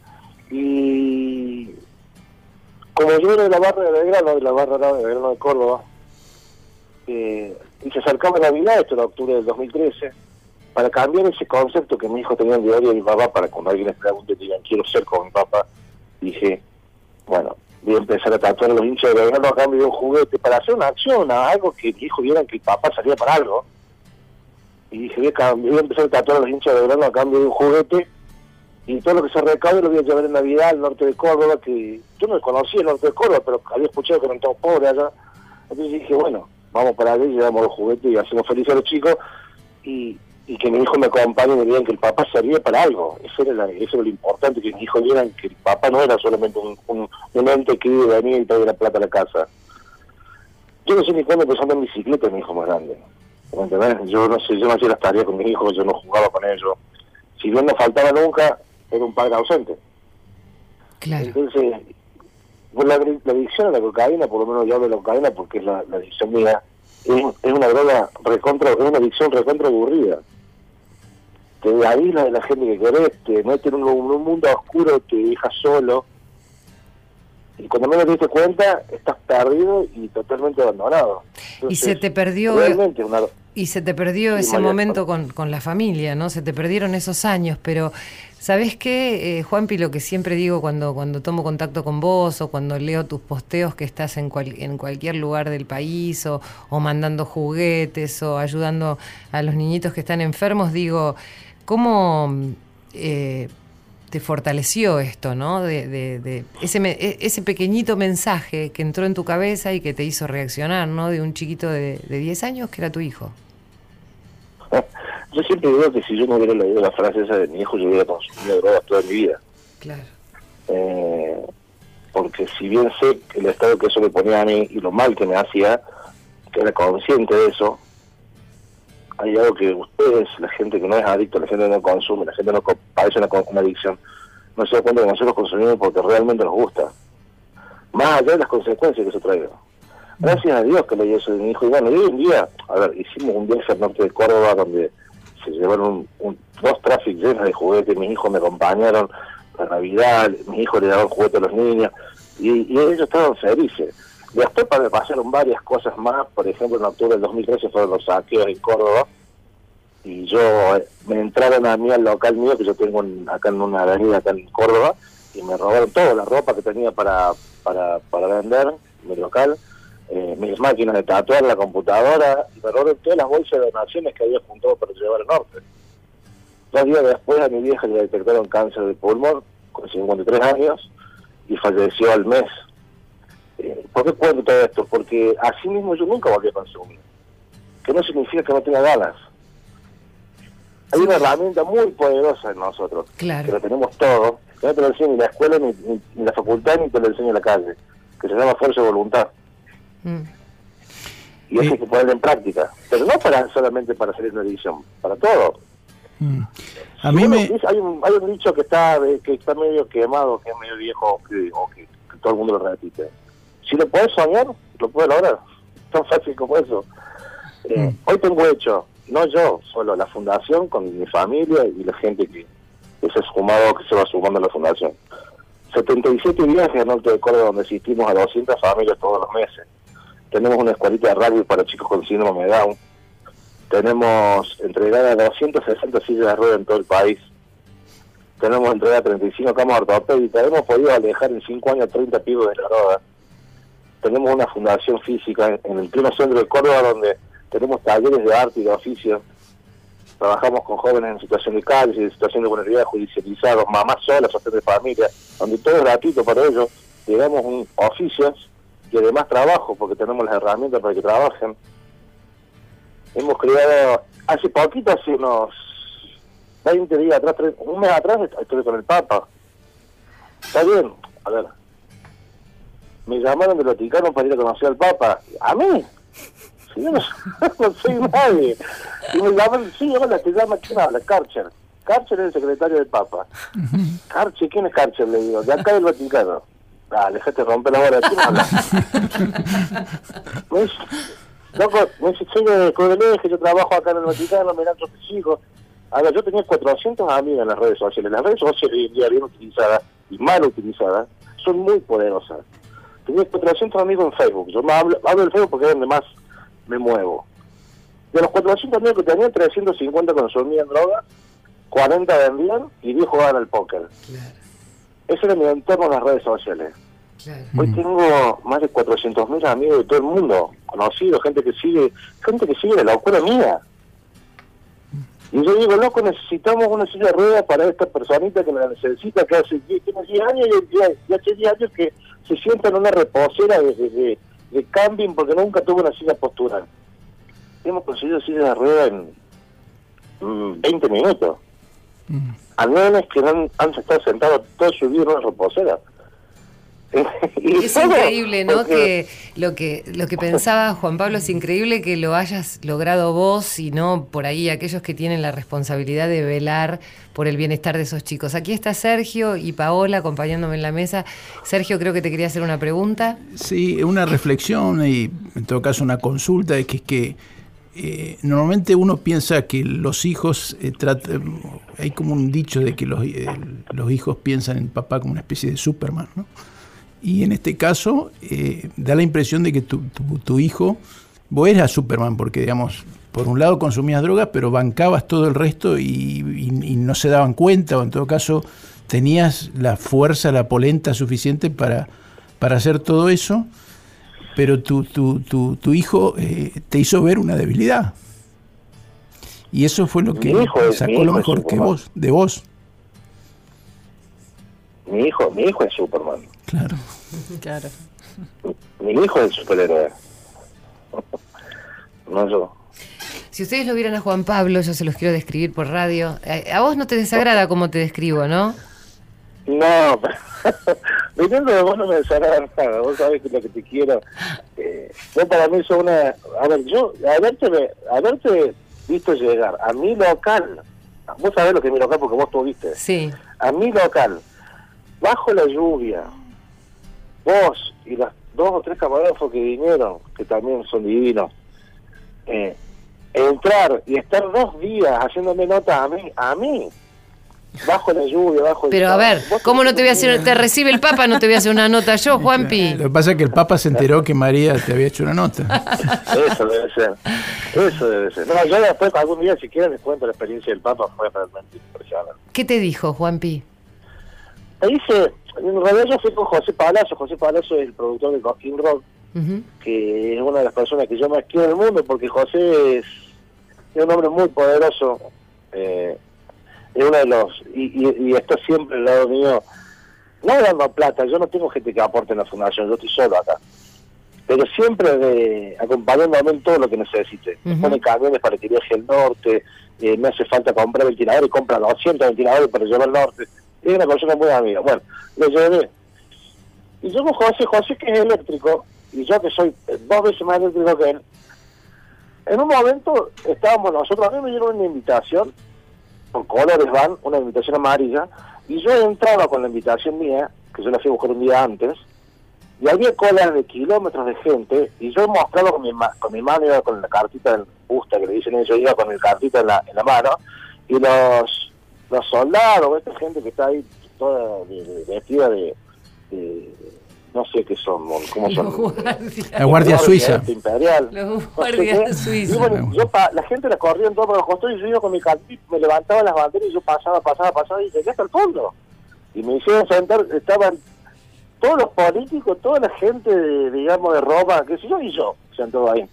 Y como yo era de la barra de Belgrano, de Córdoba, y se acercaba Navidad, esto era octubre del 2013, para cambiar ese concepto que mi hijo tenía de odio a mi papá, para cuando alguien les pregunte, digan, quiero ser como mi papá, dije, bueno, voy a empezar a tatuar a los hinchas de Belgrano a cambio de un juguete, para hacer una acción, algo que mi hijo viera que el papá salía para algo. Y dije, voy a empezar a tatuar a los hinchas de Belgrano a cambio de un juguete, y todo lo que se recaude lo voy a llevar en Navidad al norte de Córdoba, que yo no conocía el norte de Córdoba, pero había escuchado que eran todos pobres allá. Entonces dije, bueno, vamos para allá y llevamos los juguetes y hacemos felices a los chicos, y que mi hijo me acompañe y me digan que el papá servía para algo. Eso era lo importante, que mi hijo vieran que el papá no era solamente un ente que iba y venía y traía la plata a la casa. Yo no sé ni cuándo empezó a andar en bicicleta mi hijo más grande. ¿Me entendés? Yo no hacía las tareas con mis hijos, yo no jugaba con ellos. Si bien no faltaba nunca, era un padre ausente. Claro. Entonces, pues la adicción a la cocaína, por lo menos yo hablo de la cocaína porque es la adicción mía, es una droga es una adicción recontra aburrida. te aísla de la gente que querés, te mete en un mundo oscuro, te deja solo, y cuando menos te diste cuenta estás perdido y totalmente abandonado. Entonces, y se te perdió ese momento con la familia, ¿no? Se te perdieron esos años, pero ¿sabés qué, Juanpi? Lo que siempre digo cuando tomo contacto con vos o cuando leo tus posteos que estás en cualquier lugar del país o mandando juguetes o ayudando a los niñitos que están enfermos, digo, ¿cómo te fortaleció esto, ¿no? De ese pequeñito mensaje que entró en tu cabeza y que te hizo reaccionar, ¿no? De un chiquito de 10 años que era tu hijo. Yo siempre digo que si yo no hubiera leído la frase esa de mi hijo, yo hubiera consumido drogas toda mi vida. Claro. Porque si bien sé el estado que eso me ponía a mí y lo mal que me hacía, que era consciente de eso, hay algo que ustedes, la gente que no es adicta, la gente que no consume, la gente que no padece una adicción, no se da cuenta que nosotros consumimos porque realmente nos gusta. Más allá de las consecuencias que eso traiga. Gracias a Dios que leí eso de mi hijo. Y bueno, hoy en día, a ver, hicimos un viaje al norte de Córdoba donde se llevaron dos tráficos llenos de juguetes. Mis hijos me acompañaron la Navidad, mis hijos le daban juguetes a los niños y ellos estaban felices. Después pasaron varias cosas más. Por ejemplo, en octubre del 2013 fueron los saqueos en Córdoba y me entraron a mí al local mío que yo tengo acá en una avenida acá en Córdoba y me robaron toda la ropa que tenía para vender en mi local, mis máquinas de tatuar, la computadora, y me robaron todas las bolsas de donaciones que había juntado para llevar al norte. 2 días después a mi vieja le detectaron cáncer de pulmón con 53 años y falleció al mes. ¿Por qué cuento todo esto? Porque así mismo yo nunca volví a consumir, que no significa que no tenga ganas. Hay una herramienta muy poderosa en nosotros, claro, que lo tenemos todo, que no te lo enseña ni la escuela, ni la facultad, ni te lo enseña la calle, que se llama fuerza de voluntad. Y eso hay que ponerlo en práctica, pero no solamente para salir de una edición, para todo. A mí hay un dicho que está medio quemado, que es medio viejo, o que todo el mundo lo repite. Si lo puedes soñar, lo puedes lograr. Tan fácil como eso. Hoy tengo hecho, no yo, solo la fundación con mi familia y la gente que se va sumando a la fundación. 77 viajes al norte de Córdoba donde asistimos a 200 familias todos los meses. Tenemos una escuelita de rugby para chicos con síndrome de Down. Tenemos entregadas 260 sillas de ruedas en todo el país. Tenemos entregada 35 camas ortopédicas. Hemos podido alejar en 5 años 30 pibos de la droga. Tenemos una fundación física en el pleno centro de Córdoba donde tenemos talleres de arte y de oficio. Trabajamos con jóvenes en situación de calle, en situación de vulnerabilidad, judicializados, mamás solas, sostén de familia, donde todo es gratuito para ellos. Le damos oficios y además trabajo, porque tenemos las herramientas para que trabajen. Hemos creado, hace poquito, hace unos 20 días atrás, un mes atrás, estuve con el Papa. Está bien, a ver. Me llamaron del Vaticano para ir a conocer al Papa. ¿A mí? Si yo no soy nadie. Y me llaman, sí, hola, te llama, ¿quién habla? Karcher. Karcher es el secretario del Papa. Karcher, ¿quién es Karcher? Le digo, de acá del Vaticano. Dale, déjate romper la bola, ¿quién habla? Me dice, loco, me dice, soy de Codelege, yo trabajo acá en el Vaticano, me dan otros hijos. A ver, yo tenía 400 amigos en las redes sociales. Las redes sociales hoy en día bien utilizadas y mal utilizadas son muy poderosas. Tenía 400 amigos en Facebook. Yo hablo del Facebook porque es donde más me muevo. De los 400 amigos que tenía, 350 consumían drogas, 40 vendían y 10 jugaban al póker. Claro. Ese era mi entorno en las redes sociales. Claro. Hoy tengo más de 400.000 amigos de todo el mundo, conocidos, gente que sigue la locura mía. Y yo digo, loco, necesitamos una silla de ruedas para esta personita que la necesita, que tiene 10 años y hace 10 años que se sienta en una reposera de camping porque nunca tuvo una silla postural. Hemos conseguido sillas de ruedas en 20 minutos. Al menos que han estado sentados todo su vida en una reposera. Es increíble, ¿no? Porque lo que pensaba Juan Pablo, es increíble que lo hayas logrado vos y no por ahí aquellos que tienen la responsabilidad de velar por el bienestar de esos chicos. Aquí está Sergio y Paola acompañándome en la mesa. Sergio, creo que te quería hacer una pregunta. Sí, una reflexión y en todo caso una consulta, es que normalmente uno piensa que los hijos, hay como un dicho de que los hijos piensan en papá como una especie de Superman, ¿no? Y en este caso da la impresión de que tu hijo, vos eras Superman porque, digamos, por un lado consumías drogas, pero bancabas todo el resto y no se daban cuenta, o en todo caso tenías la fuerza, la polenta suficiente para hacer todo eso. Pero tu hijo te hizo ver una debilidad. Y eso fue lo que sacó lo mejor de vos. Mi hijo es Superman. Claro. Mi hijo es el superhéroe. No yo. Si ustedes lo vieran a Juan Pablo, yo se los quiero describir por radio. A vos no te desagrada cómo te describo, ¿no? No, viniendo de vos no me desagrada nada. Vos sabés que lo que te quiero. Vos para mí sos una... A ver, yo, haberte visto llegar a mi local, vos sabés lo que es mi local porque vos tuviste. Sí. A mi local, bajo la lluvia, vos y las 2 o 3 camarógrafos que vinieron, que también son divinos, entrar y estar 2 días haciéndome notas a mí, bajo la lluvia, bajo el... Pero a ver, ¿cómo no te voy a hacer? Te recibe el Papa, no te voy a hacer una nota yo, Juanpi. Lo que pasa es que el Papa se enteró que María te había hecho una nota. Eso debe ser. No, yo después, algún día, si quieren, les cuento la experiencia del Papa, fue realmente impresionante. ¿Qué te dijo, Juanpi? En realidad yo fui con José Palazzo. José Palazzo es el productor de Cosquín Rock, que es una de las personas que yo más quiero en el mundo, porque José es un hombre muy poderoso, es uno de los, y está siempre al lado mío, no dando plata. Yo no tengo gente que aporte en la fundación, yo estoy solo acá, pero siempre acompañándome en todo lo que necesite. Me pone camiones para que viaje al norte, me hace falta comprar ventiladores, y compra 200 ventiladores para llevar al norte. Es una persona muy amiga. Bueno, lo llevé. Y yo con José que es eléctrico, y yo que soy 2 veces más eléctrico que él, en un momento estábamos nosotros, a mí me dieron una invitación, por colores van, una invitación amarilla, y yo entraba con la invitación mía, que yo la fui a buscar un día antes, y había colas de kilómetros de gente, y yo mostraba con mi mano, iba con la cartita del busta, que le dicen ellos, iba con el cartita en la mano, y los soldados, esta gente que está ahí toda vestida de no sé qué son, ¿cómo son? La Guardia Suiza. Imperial. Los guardias suizos. Y bueno, la gente la corría en todo por los costados, y yo iba con mi cartita, me levantaba las banderas y yo pasaba y llegué hasta el fondo. Y me hicieron sentar, estaban todos los políticos, toda la gente, digamos, de Roma, qué sé yo, y yo, sentado ahí.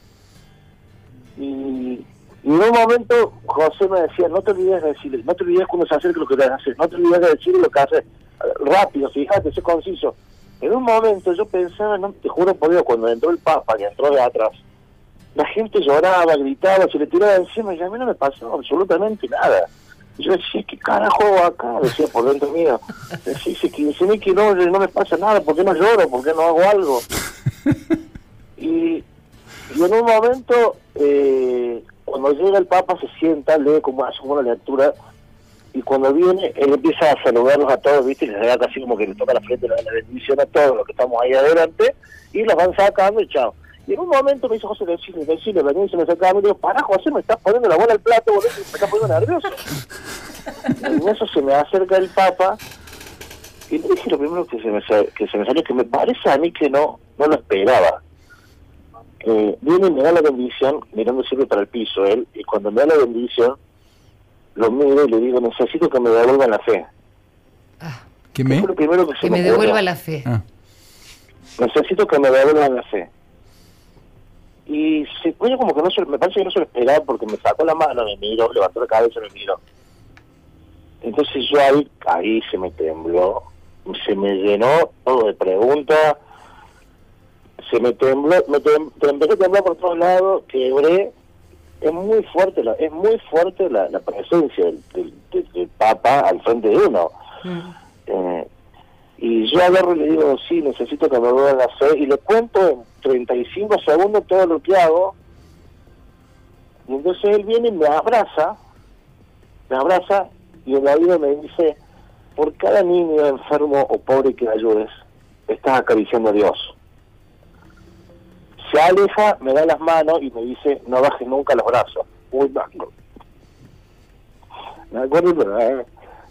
Y en un momento José me decía, no te olvides de decirle, no te olvides cuando se hace lo que haces, no te olvides de decirle lo que haces, rápido, fíjate, sé conciso. En un momento yo pensaba, no te juro por Dios, cuando entró el Papa, que entró de atrás, la gente lloraba, gritaba, se le tiraba encima, y a mí no me pasó absolutamente nada. Y yo decía, ¿qué carajo hago acá? Decía por dentro mío. Decía, que no me pasa nada, ¿por qué no lloro? ¿Por qué no hago algo? Y en un momento, cuando llega el Papa, se sienta, lee como hace una lectura, y cuando viene, él empieza a saludarlos a todos, ¿viste? Y les da casi como que le toca la frente, le da la bendición a todos los que estamos ahí adelante, y los van sacando y chao. Y en un momento me dice José, decirle, vení, se me sacaba, y digo, pará, José, me estás poniendo la bola al plato, boludo, me estás poniendo nervioso. Y en eso se me acerca el Papa, y le dije lo primero que se me salió, que me parece a mí que no lo esperaba. Viene y me da la bendición, mirando siempre para el piso él, y cuando me da la bendición, lo miro y le digo, necesito que me devuelvan la fe. ¿Qué me? Lo primero que me devuelva la fe. Necesito que me devuelvan la fe. Y oye, como que me parece que no se lo esperaba, porque me sacó la mano, me miró, levantó la cabeza, me miró. Entonces yo ahí se me tembló, se me llenó todo de preguntas, se me tembló, empecé a temblar por todos lados, quebré. Es muy fuerte la presencia del Papa al frente de uno. Y yo agarro y le digo, sí, necesito que me devuelvan la fe, y le cuento en 35 segundos todo lo que hago. Y entonces él viene y me abraza, y en la vida me dice, por cada niño enfermo o pobre que ayudes, estás acariciando a Dios. Se aleja, me da las manos y me dice, no bajes nunca los brazos. Uy, banco. Me acuerdo, pero,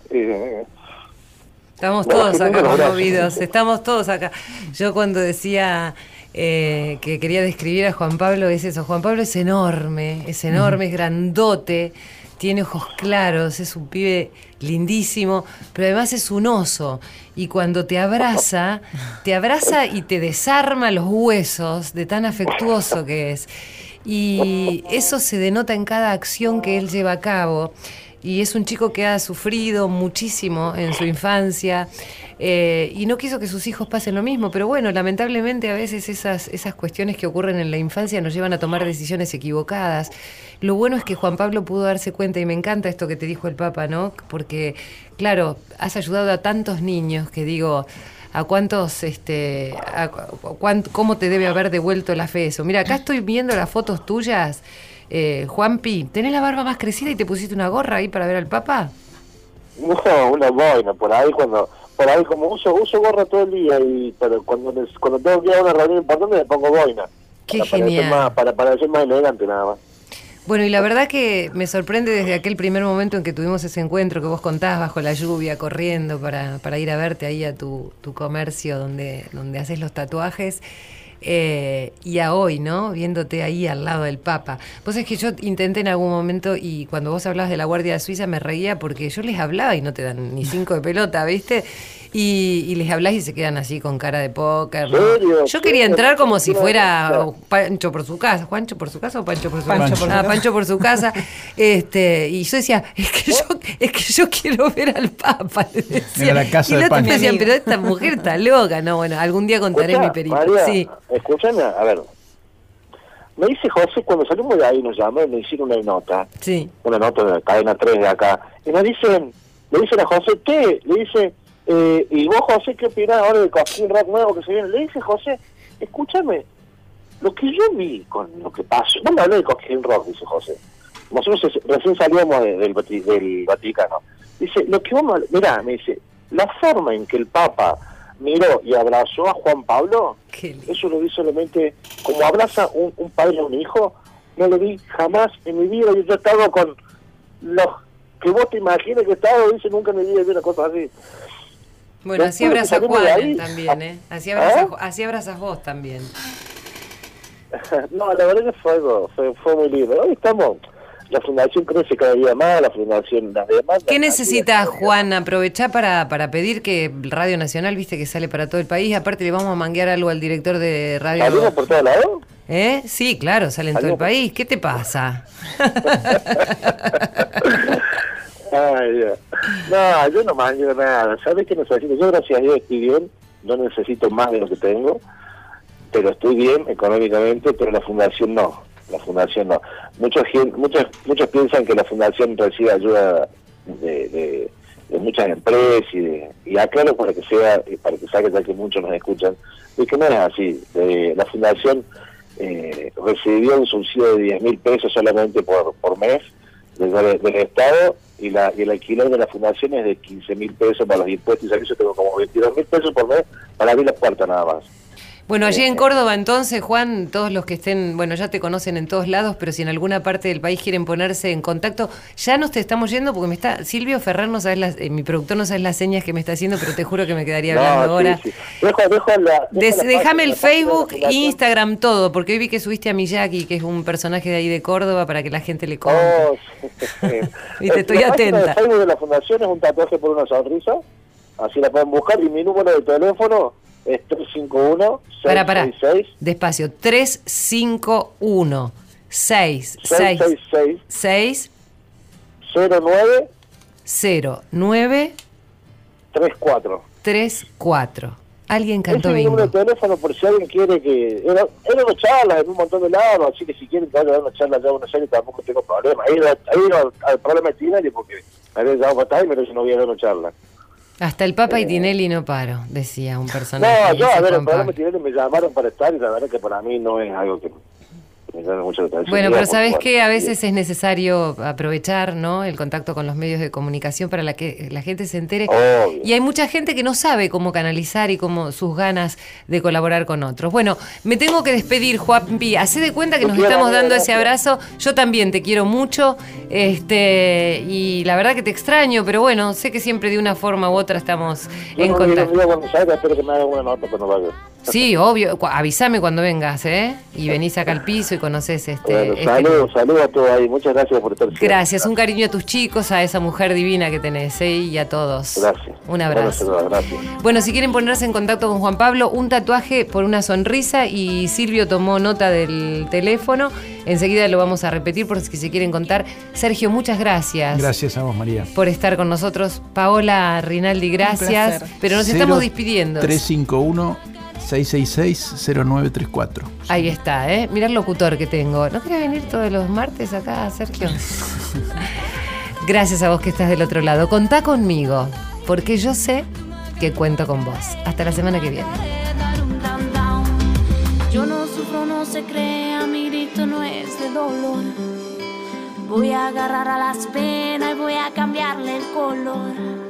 Estamos no, todos que acá tengo los conmovidos, estamos todos acá. Yo cuando decía que quería describir a Juan Pablo, es eso, Juan Pablo es enorme, es grandote, tiene ojos claros, es un pibe lindísimo, pero además es un oso. Y cuando te abraza y te desarma los huesos de tan afectuoso que es. Y eso se denota en cada acción que él lleva a cabo. Y es un chico que ha sufrido muchísimo en su infancia y no quiso que sus hijos pasen lo mismo, pero bueno, lamentablemente a veces esas cuestiones que ocurren en la infancia nos llevan a tomar decisiones equivocadas. Lo bueno es que Juan Pablo pudo darse cuenta, y me encanta esto que te dijo el Papa, ¿no? Porque, claro, has ayudado a tantos niños que digo, a cuántos, cómo te debe haber devuelto la fe eso. Mira, acá estoy viendo las fotos tuyas. Juanpi, ¿tenés la barba más crecida y te pusiste una gorra ahí para ver al Papa? No, una boina, por ahí como uso gorra todo el día, pero cuando tengo que ir a una reunión importante me pongo boina. Qué genial. Para parecer más elegante nada más. Bueno, y la verdad que me sorprende desde aquel primer momento en que tuvimos ese encuentro que vos contabas bajo la lluvia, corriendo para ir a verte ahí a tu comercio donde haces los tatuajes. Y a hoy, ¿no? Viéndote ahí al lado del Papa. Vos es que yo intenté en algún momento, y cuando vos hablabas de la Guardia Suiza me reía porque yo les hablaba y no te dan ni 5 de pelota, ¿viste? Y les hablás y se quedan así con cara de póker, ¿no? Yo quería entrar como si fuera Pancho por su casa. ¿Juancho por su casa o Pancho por su casa? Pancho por su casa. Y yo decía, es que yo quiero ver al Papa. Le decía. La casa y de me decían, pero esta mujer está loca. No, bueno, algún día contaré mi periplo. Sí. Escúchame, a ver. Me dice José, cuando salimos de ahí nos llamó y me hicieron una nota. Sí. Una nota de cadena 3 de acá. Y le dicen a José, ¿qué? Le dice, ¿y vos, José, qué opinás ahora del Cosquín Rock nuevo que se viene? Le dice José, escúchame, lo que yo vi con lo que pasó, no me hablé del Cosquín Rock, dice José. Nosotros recién salíamos del Vaticano. Dice, lo que vamos a... Mirá, me dice, la forma en que el Papa miró y abrazó a Juan Pablo, eso lo vi solamente como abraza un padre a un hijo, no lo vi jamás en mi vida. Yo he estado con los que vos te imagines que he estado, dice, nunca en mi vida vi una cosa así. Bueno, así abraza a Juan también, ¿eh? Así abrazas vos también. No, la verdad que fue muy lindo. Hoy estamos... La fundación crece cada día más, las demandas... ¿Qué necesitas, Juan? Aprovechá para pedir que Radio Nacional, viste que sale para todo el país, aparte le vamos a manguear algo al director de Radio... ¿Salimos por todos lados? Sí, claro, sale en todo el país. ¿Qué te pasa? Ay, Dios. No, yo no mangueo nada. ¿Sabes qué necesito? Yo, gracias a Dios, estoy bien. No necesito más de lo que tengo, pero estoy bien económicamente, pero la fundación no. La fundación no. Muchos piensan que la fundación recibe ayuda de muchas empresas y aclaro para que sea, para que saque, ya que muchos nos escuchan, y que no es así. La fundación recibió un subsidio de 10.000 pesos solamente por mes del Estado, y el alquiler de la fundación es de 15.000 pesos para los impuestos y servicios. Tengo como 22.000 pesos por mes para abrir las puertas nada más. Bueno, allí en Córdoba, entonces, Juan, todos los que estén, bueno, ya te conocen en todos lados, pero si en alguna parte del país quieren ponerse en contacto, ya nos te estamos yendo porque Silvio Ferrer, no sabes mi productor, no sabes las señas que me está haciendo, pero te juro que me quedaría hablando ahora. Sí. Déjame el Facebook, Instagram, todo, porque hoy vi que subiste a Miyagi, que es un personaje de ahí de Córdoba, para que la gente le cuente. Viste, estoy atenta. El Facebook de la fundación es un tatuaje por una sonrisa, así la pueden buscar, y mi número de teléfono es 351-666. Despacio, 351-666 09 34. Alguien cantó bingo. Ese es mi número de teléfono por si alguien quiere que... Era una charla en un montón de lados, así que si quieren que vaya a dar una charla allá a Buenos Aires tampoco tengo problema. Ahí al problema de Tinelli porque me había llamado para estar y no voy a dar una charla. Hasta el Papa y Tinelli no paro, decía un personaje. No, yo, a ver, el problema de Tinelli me llamaron para estar y la verdad que para mí no es algo que... me llame mucho la atención. Bueno, pero sabes porque, que a veces es necesario aprovechar, ¿no?, el contacto con los medios de comunicación para que la gente se entere. Obvio. Y hay mucha gente que no sabe cómo canalizar y cómo sus ganas de colaborar con otros. Bueno, me tengo que despedir, Juanpi. Hacé de cuenta que nos estamos dando ese abrazo. Yo también te quiero mucho, y la verdad que te extraño, pero bueno, sé que siempre de una forma u otra estamos en contacto. Cuando salga, espero que me haga una nota cuando vaya. Sí, obvio. Avísame cuando vengas, ¿eh? Y venís acá al piso y conoces Bueno, saludos a todos ahí. Muchas gracias por estar siempre. Gracias, un cariño a tus chicos, a esa mujer divina que tenés, y a todos. Gracias. Un abrazo. Bueno, gracias. Bueno, si quieren ponerse en contacto con Juan Pablo, un tatuaje por una sonrisa, y Silvio tomó nota del teléfono. Enseguida lo vamos a repetir por si se quieren contar. Sergio, muchas gracias. Gracias a vos, María. Por estar con nosotros. Paola Rinaldi, gracias. Pero nos estamos despidiendo. 351-666-0934. Ahí está, ¿eh? Mirá el locutor que tengo. ¿No querés venir todos los martes acá, Sergio? Gracias a vos que estás del otro lado. Contá conmigo, porque yo sé que cuento con vos. Hasta la semana que viene. Yo no sufro, no se crea, mi grito no es de dolor. Voy a agarrar a las penas y voy a cambiarle el color.